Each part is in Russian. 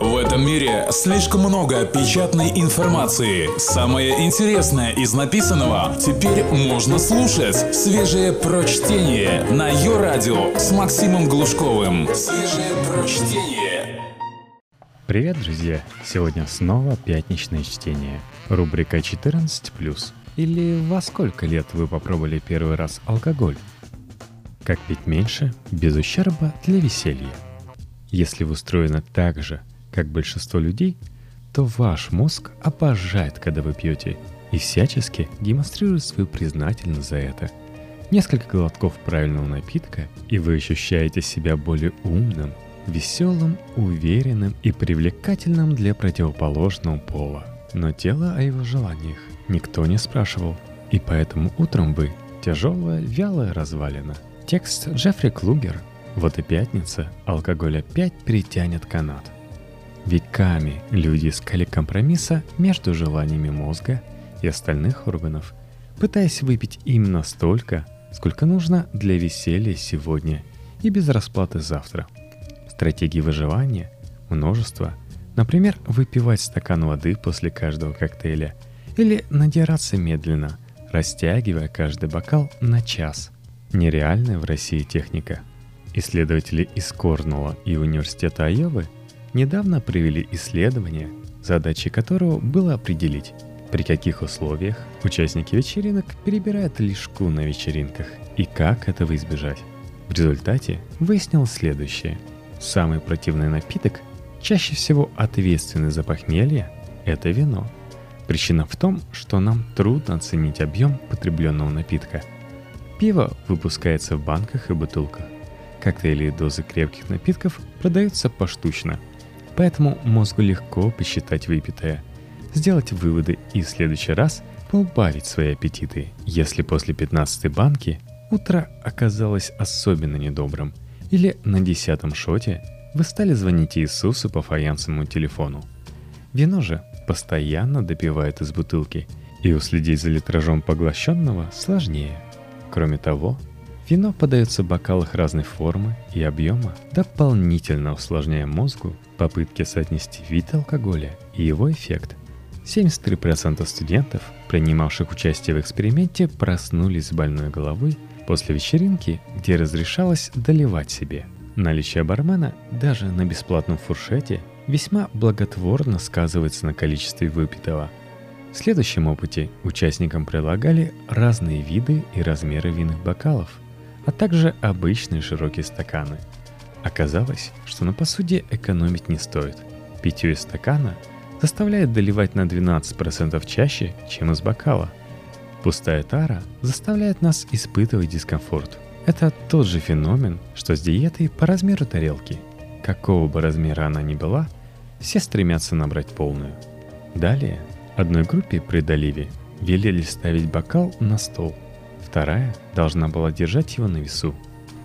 В этом мире слишком много печатной информации. Самое интересное из написанного теперь можно слушать. Свежее прочтение на Йо-Радио с Максимом Глушковым. Свежее прочтение. Привет, друзья! Сегодня снова пятничное чтение. Рубрика 14+. Или во сколько лет вы попробовали первый раз алкоголь? Как пить меньше, без ущерба для веселья. Если вы устроены так же, как большинство людей, то ваш мозг обожает, когда вы пьете, и всячески демонстрирует свою признательность за это. Несколько глотков правильного напитка, и вы ощущаете себя более умным, веселым, уверенным и привлекательным для противоположного пола. Но тело о его желаниях никто не спрашивал, и поэтому утром вы тяжелая, вялая развалина. Текст Джеффри Клугер. Вот и пятница, алкоголь опять перетянет канат. Веками люди искали компромисса между желаниями мозга и остальных органов, пытаясь выпить именно столько, сколько нужно для веселья сегодня и без расплаты завтра. Стратегии выживания множество. Например, выпивать стакан воды после каждого коктейля или надираться медленно, растягивая каждый бокал на час. Нереальная в России техника. Исследователи из Корнелла и Университета Айовы недавно провели исследование, задачей которого было определить, при каких условиях участники вечеринок перебирают лишку на вечеринках и как этого избежать. В результате выяснилось следующее. Самый противный напиток, чаще всего ответственный за похмелье, это вино. Причина в том, что нам трудно оценить объем потребленного напитка. Пиво выпускается в банках и бутылках. Коктейли и дозы крепких напитков продаются поштучно. Поэтому мозгу легко посчитать выпитое, сделать выводы и в следующий раз поубавить свои аппетиты, если после 15-й банки утро оказалось особенно недобрым, или на 10-м шоте вы стали звонить Иисусу по фаянсовому телефону. Вино же постоянно допивают из бутылки, и уследить за литражом поглощенного сложнее. Кроме того, вино подается в бокалах разной формы и объема, дополнительно усложняя мозгу попытки соотнести вид алкоголя и его эффект. 73% студентов, принимавших участие в эксперименте, проснулись с больной головой после вечеринки, где разрешалось доливать себе. Наличие бармена даже на бесплатном фуршете весьма благотворно сказывается на количестве выпитого. В следующем опыте участникам предлагали разные виды и размеры винных бокалов, а также обычные широкие стаканы. Оказалось, что на посуде экономить не стоит. Питье из стакана заставляет доливать на 12% чаще, чем из бокала. Пустая тара заставляет нас испытывать дискомфорт. Это тот же феномен, что с диетой по размеру тарелки. Какого бы размера она ни была, все стремятся набрать полную. Далее одной группе при доливе велели ставить бокал на стол. Вторая должна была держать его на весу.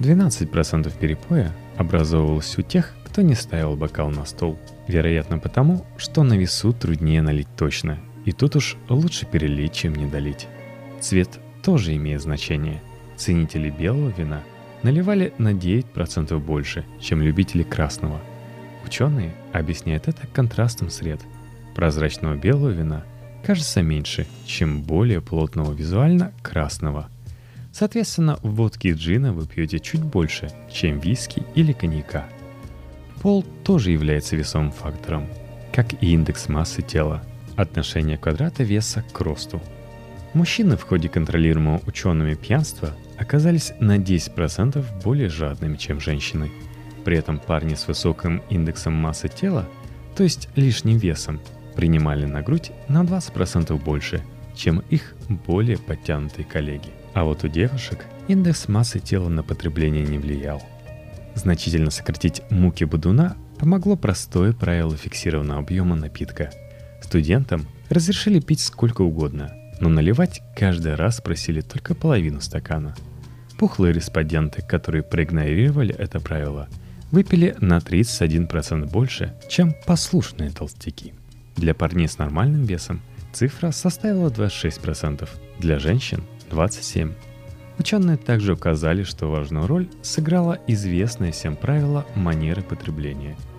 12% перепоя образовывалось у тех, кто не ставил бокал на стол. Вероятно потому, что на весу труднее налить точно, и тут уж лучше перелить, чем не долить. Цвет тоже имеет значение. Ценители белого вина наливали на 9% больше, чем любители красного. Ученые объясняют это контрастом сред. Прозрачного белого вина кажется меньше, чем более плотного визуально красного. Соответственно, в водке и джина вы пьете чуть больше, чем виски или коньяка. Пол тоже является весомым фактором, как и индекс массы тела, отношение квадрата веса к росту. Мужчины в ходе контролируемого учеными пьянства оказались на 10% более жадными, чем женщины. При этом парни с высоким индексом массы тела, то есть лишним весом, принимали на грудь на 20% больше, чем их более подтянутые коллеги. А вот у девушек индекс массы тела на потребление не влиял. Значительно сократить муки бодуна помогло простое правило фиксированного объема напитка. Студентам разрешили пить сколько угодно, но наливать каждый раз просили только половину стакана. Пухлые респонденты, которые проигнорировали это правило, выпили на 31% больше, чем послушные толстяки. Для парней с нормальным весом цифра составила 26%, для женщин – 27%. Ученые также указали, что важную роль сыграло известное всем правило манеры потребления.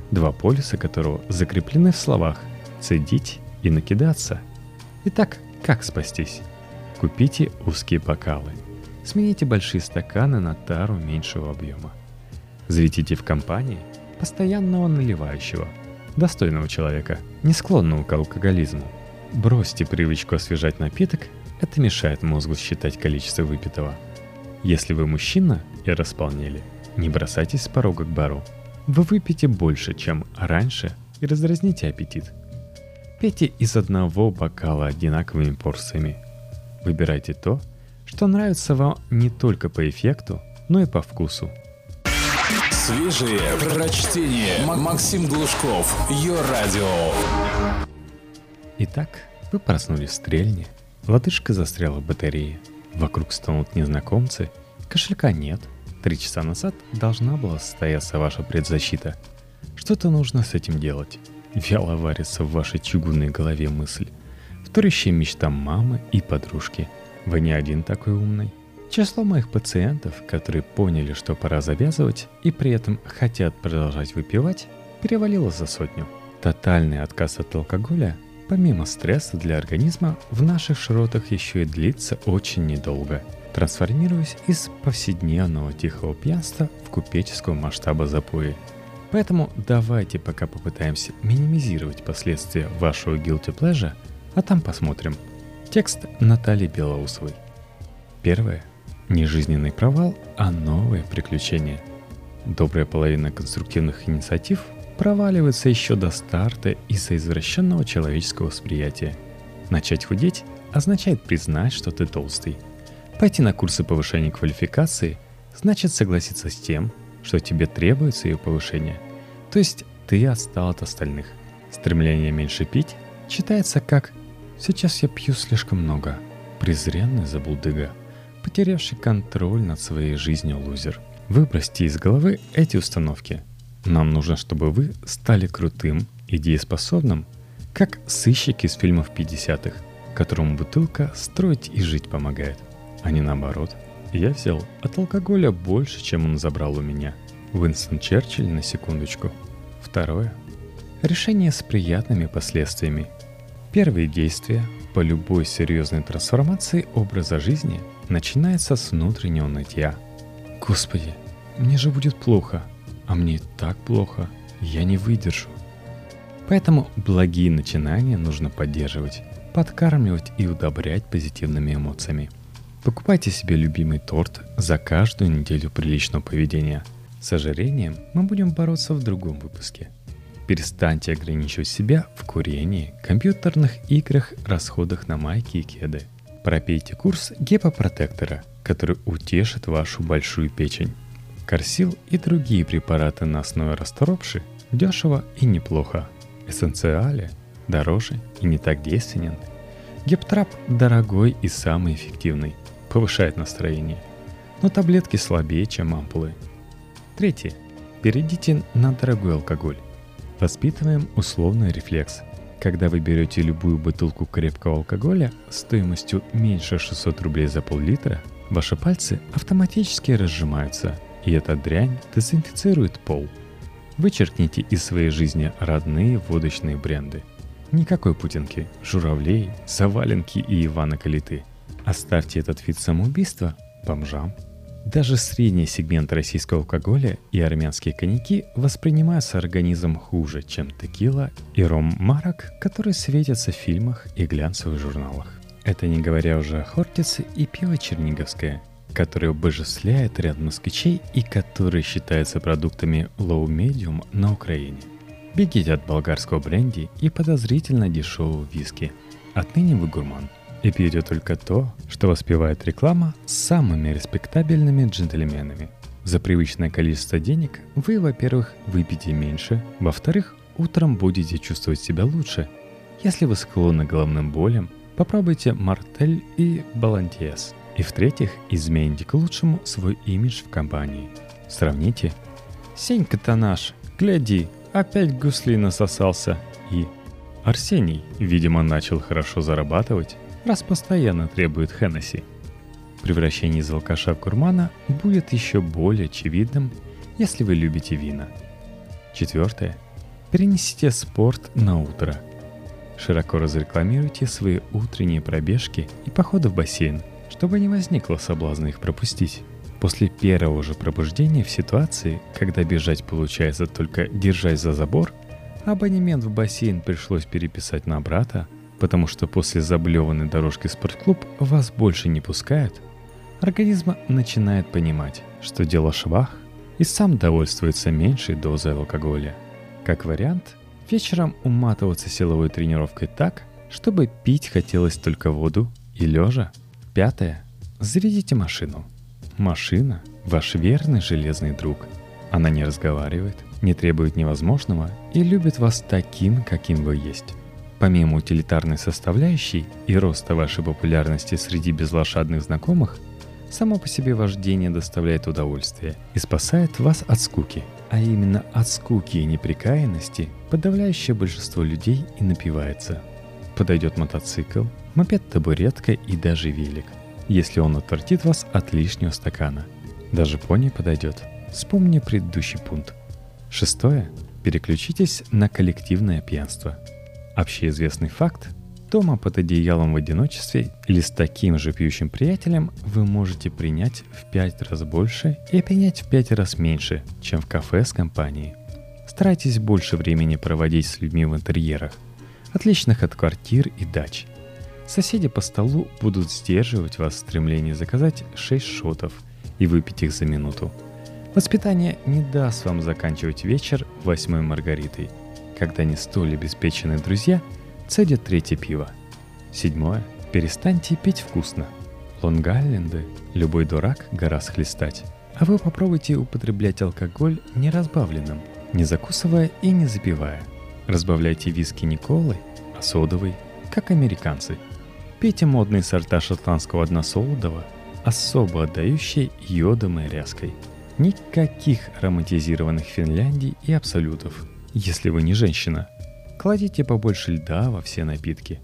2 полюса которого закреплены в словах «цедить» и «накидаться». Итак, как спастись? Купите узкие бокалы. Смените большие стаканы на тару меньшего объема. Заведите в компании постоянного наливающего, достойного человека, не склонного к алкоголизму. Бросьте привычку освежать напиток, это мешает мозгу считать количество выпитого. Если вы мужчина и располнели, не бросайтесь с порога к бару. Вы выпьете больше, чем раньше, и раздразните аппетит. Пейте из одного бокала одинаковыми порциями. Выбирайте то, что нравится вам не только по эффекту, но и по вкусу. Свежие прочтение. Максим Глушков. Йо-радио. Итак, вы проснулись в стрельне, лодыжка застряла в батарее, вокруг стонут незнакомцы, кошелька нет, 3 часа назад должна была состояться ваша предзащита. Что-то нужно с этим делать. Вяло варится в вашей чугунной голове мысль, вторящая мечтам мамы и подружки. Вы не один такой умный. Число моих пациентов, которые поняли, что пора завязывать и при этом хотят продолжать выпивать, перевалило за 100. Тотальный отказ от алкоголя, помимо стресса для организма, в наших широтах еще и длится очень недолго, трансформируясь из повседневного тихого пьянства в купеческого масштаба запои. Поэтому давайте пока попытаемся минимизировать последствия вашего guilty pleasure, а там посмотрим. Текст Натальи Белоусовой. Первое. Не жизненный провал, а новые приключения. Добрая половина конструктивных инициатив проваливается еще до старта из-за извращенного человеческого восприятия. Начать худеть означает признать, что ты толстый. Пойти на курсы повышения квалификации значит согласиться с тем, что тебе требуется ее повышение. То есть ты отстал от остальных. Стремление меньше пить читается как «сейчас я пью слишком много», презренный забулдыга, потерявший контроль над своей жизнью лузер. Выбросьте из головы эти установки. Нам нужно, чтобы вы стали крутым и дееспособным, как сыщик из фильмов 50-х, которому бутылка строить и жить помогает, а не наоборот. Я взял от алкоголя больше, чем он забрал у меня. Уинстон Черчилль на секундочку. Второе. Решение с приятными последствиями. Первые действия по любой серьезной трансформации образа жизни начинается с внутреннего нытья. Господи, мне же будет плохо, а мне и так плохо, я не выдержу. Поэтому благие начинания нужно поддерживать, подкармливать и удобрять позитивными эмоциями. Покупайте себе любимый торт за каждую неделю приличного поведения. С ожирением мы будем бороться в другом выпуске. Перестаньте ограничивать себя в курении, компьютерных играх, расходах на майки и кеды. Пропейте курс гепопротектора, который утешит вашу большую печень. Корсил и другие препараты на основе расторопши дешево и неплохо. Эссенциале дороже и не так действенен. Гептрап дорогой и самый эффективный, повышает настроение. Но таблетки слабее, чем ампулы. Третье. Перейдите на дорогой алкоголь. Воспитываем условный рефлекс. Когда вы берете любую бутылку крепкого алкоголя стоимостью меньше 600 рублей за пол-литра, ваши пальцы автоматически разжимаются, и эта дрянь дезинфицирует пол. Вычеркните из своей жизни родные водочные бренды. Никакой путинки, журавлей, заваленки и Ивана Калиты. Оставьте этот вид самоубийства бомжам. Даже средний сегмент российского алкоголя и армянские коньяки воспринимаются организмом хуже, чем текила и ром-марок, которые светятся в фильмах и глянцевых журналах. Это не говоря уже о хортице и пиво черниговское, которое обожествляет ряд москвичей и которые считаются продуктами low-medium на Украине. Бегите от болгарского бренди и подозрительно дешевого виски. Отныне вы гурман. И пьете только то, что воспевает реклама с самыми респектабельными джентльменами. За привычное количество денег вы, во-первых, выпьете меньше, во-вторых, утром будете чувствовать себя лучше. Если вы склонны к головным болям, попробуйте Мартель и Балантиес. И в-третьих, измените к лучшему свой имидж в компании. Сравните. Сенька-то наш, гляди, опять гусли насосался. И Арсений, видимо, начал хорошо зарабатывать, раз постоянно требует Хеннесси. Превращение из алкаша в гурмана будет еще более очевидным, если вы любите вина. Четвертое. Перенесите спорт на утро. Широко разрекламируйте свои утренние пробежки и походы в бассейн, чтобы не возникло соблазна их пропустить. После первого же пробуждения в ситуации, когда бежать получается только держась за забор, абонемент в бассейн пришлось переписать на брата, потому что после заблеванной дорожки в спортклуб вас больше не пускают, организм начинает понимать, что дело швах, и сам довольствуется меньшей дозой алкоголя. Как вариант, вечером уматываться силовой тренировкой так, чтобы пить хотелось только воду и лежа. 5. Заведите машину. Машина – ваш верный железный друг. Она не разговаривает, не требует невозможного и любит вас таким, каким вы есть. Помимо утилитарной составляющей и роста вашей популярности среди безлошадных знакомых, само по себе вождение доставляет удовольствие и спасает вас от скуки. А именно от скуки и неприкаянности подавляющее большинство людей и напивается. Подойдет мотоцикл, мопед-табуретка и даже велик, если он отвратит вас от лишнего стакана. Даже пони подойдет. Вспомни предыдущий пункт. 6. Переключитесь на коллективное пьянство. Общеизвестный факт: дома под одеялом в одиночестве или с таким же пьющим приятелем вы можете принять в 5 раз больше и опьянять в 5 раз меньше, чем в кафе с компанией. Старайтесь больше времени проводить с людьми в интерьерах, отличных от квартир и дач. Соседи по столу будут сдерживать вас в стремлении заказать 6 шотов и выпить их за минуту. Воспитание не даст вам заканчивать вечер 8-й маргаритой, когда не столь обеспеченные друзья цедят 3-е пиво. 7. Перестаньте пить вкусно. Лонг-Айленды любой дурак гораздо хлестать. А вы попробуйте употреблять алкоголь неразбавленным, не закусывая и не запивая. Разбавляйте виски не колой, а содовой, как американцы. Пейте модные сорта шотландского односолодового, особо отдающие йодом и ряской. Никаких ароматизированных Финляндий и абсолютов, если вы не женщина. Кладите побольше льда во все напитки.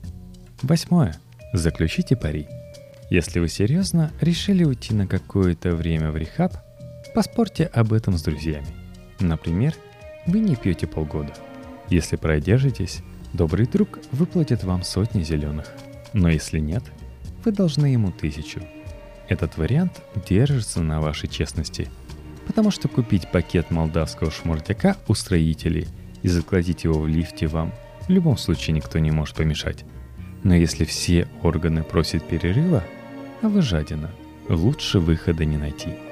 8. Заключите пари. Если вы серьезно решили уйти на какое-то время в рехаб, поспорьте об этом с друзьями. Например, вы не пьете полгода. Если продержитесь, добрый друг выплатит вам 100 зеленых. Но если нет, вы должны ему 1000. Этот вариант держится на вашей честности, потому что купить пакет молдавского шмурдяка у строителей и закладить его в лифте вам в любом случае никто не может помешать. Но если все органы просят перерыва, а вы жадина, лучше выхода не найти.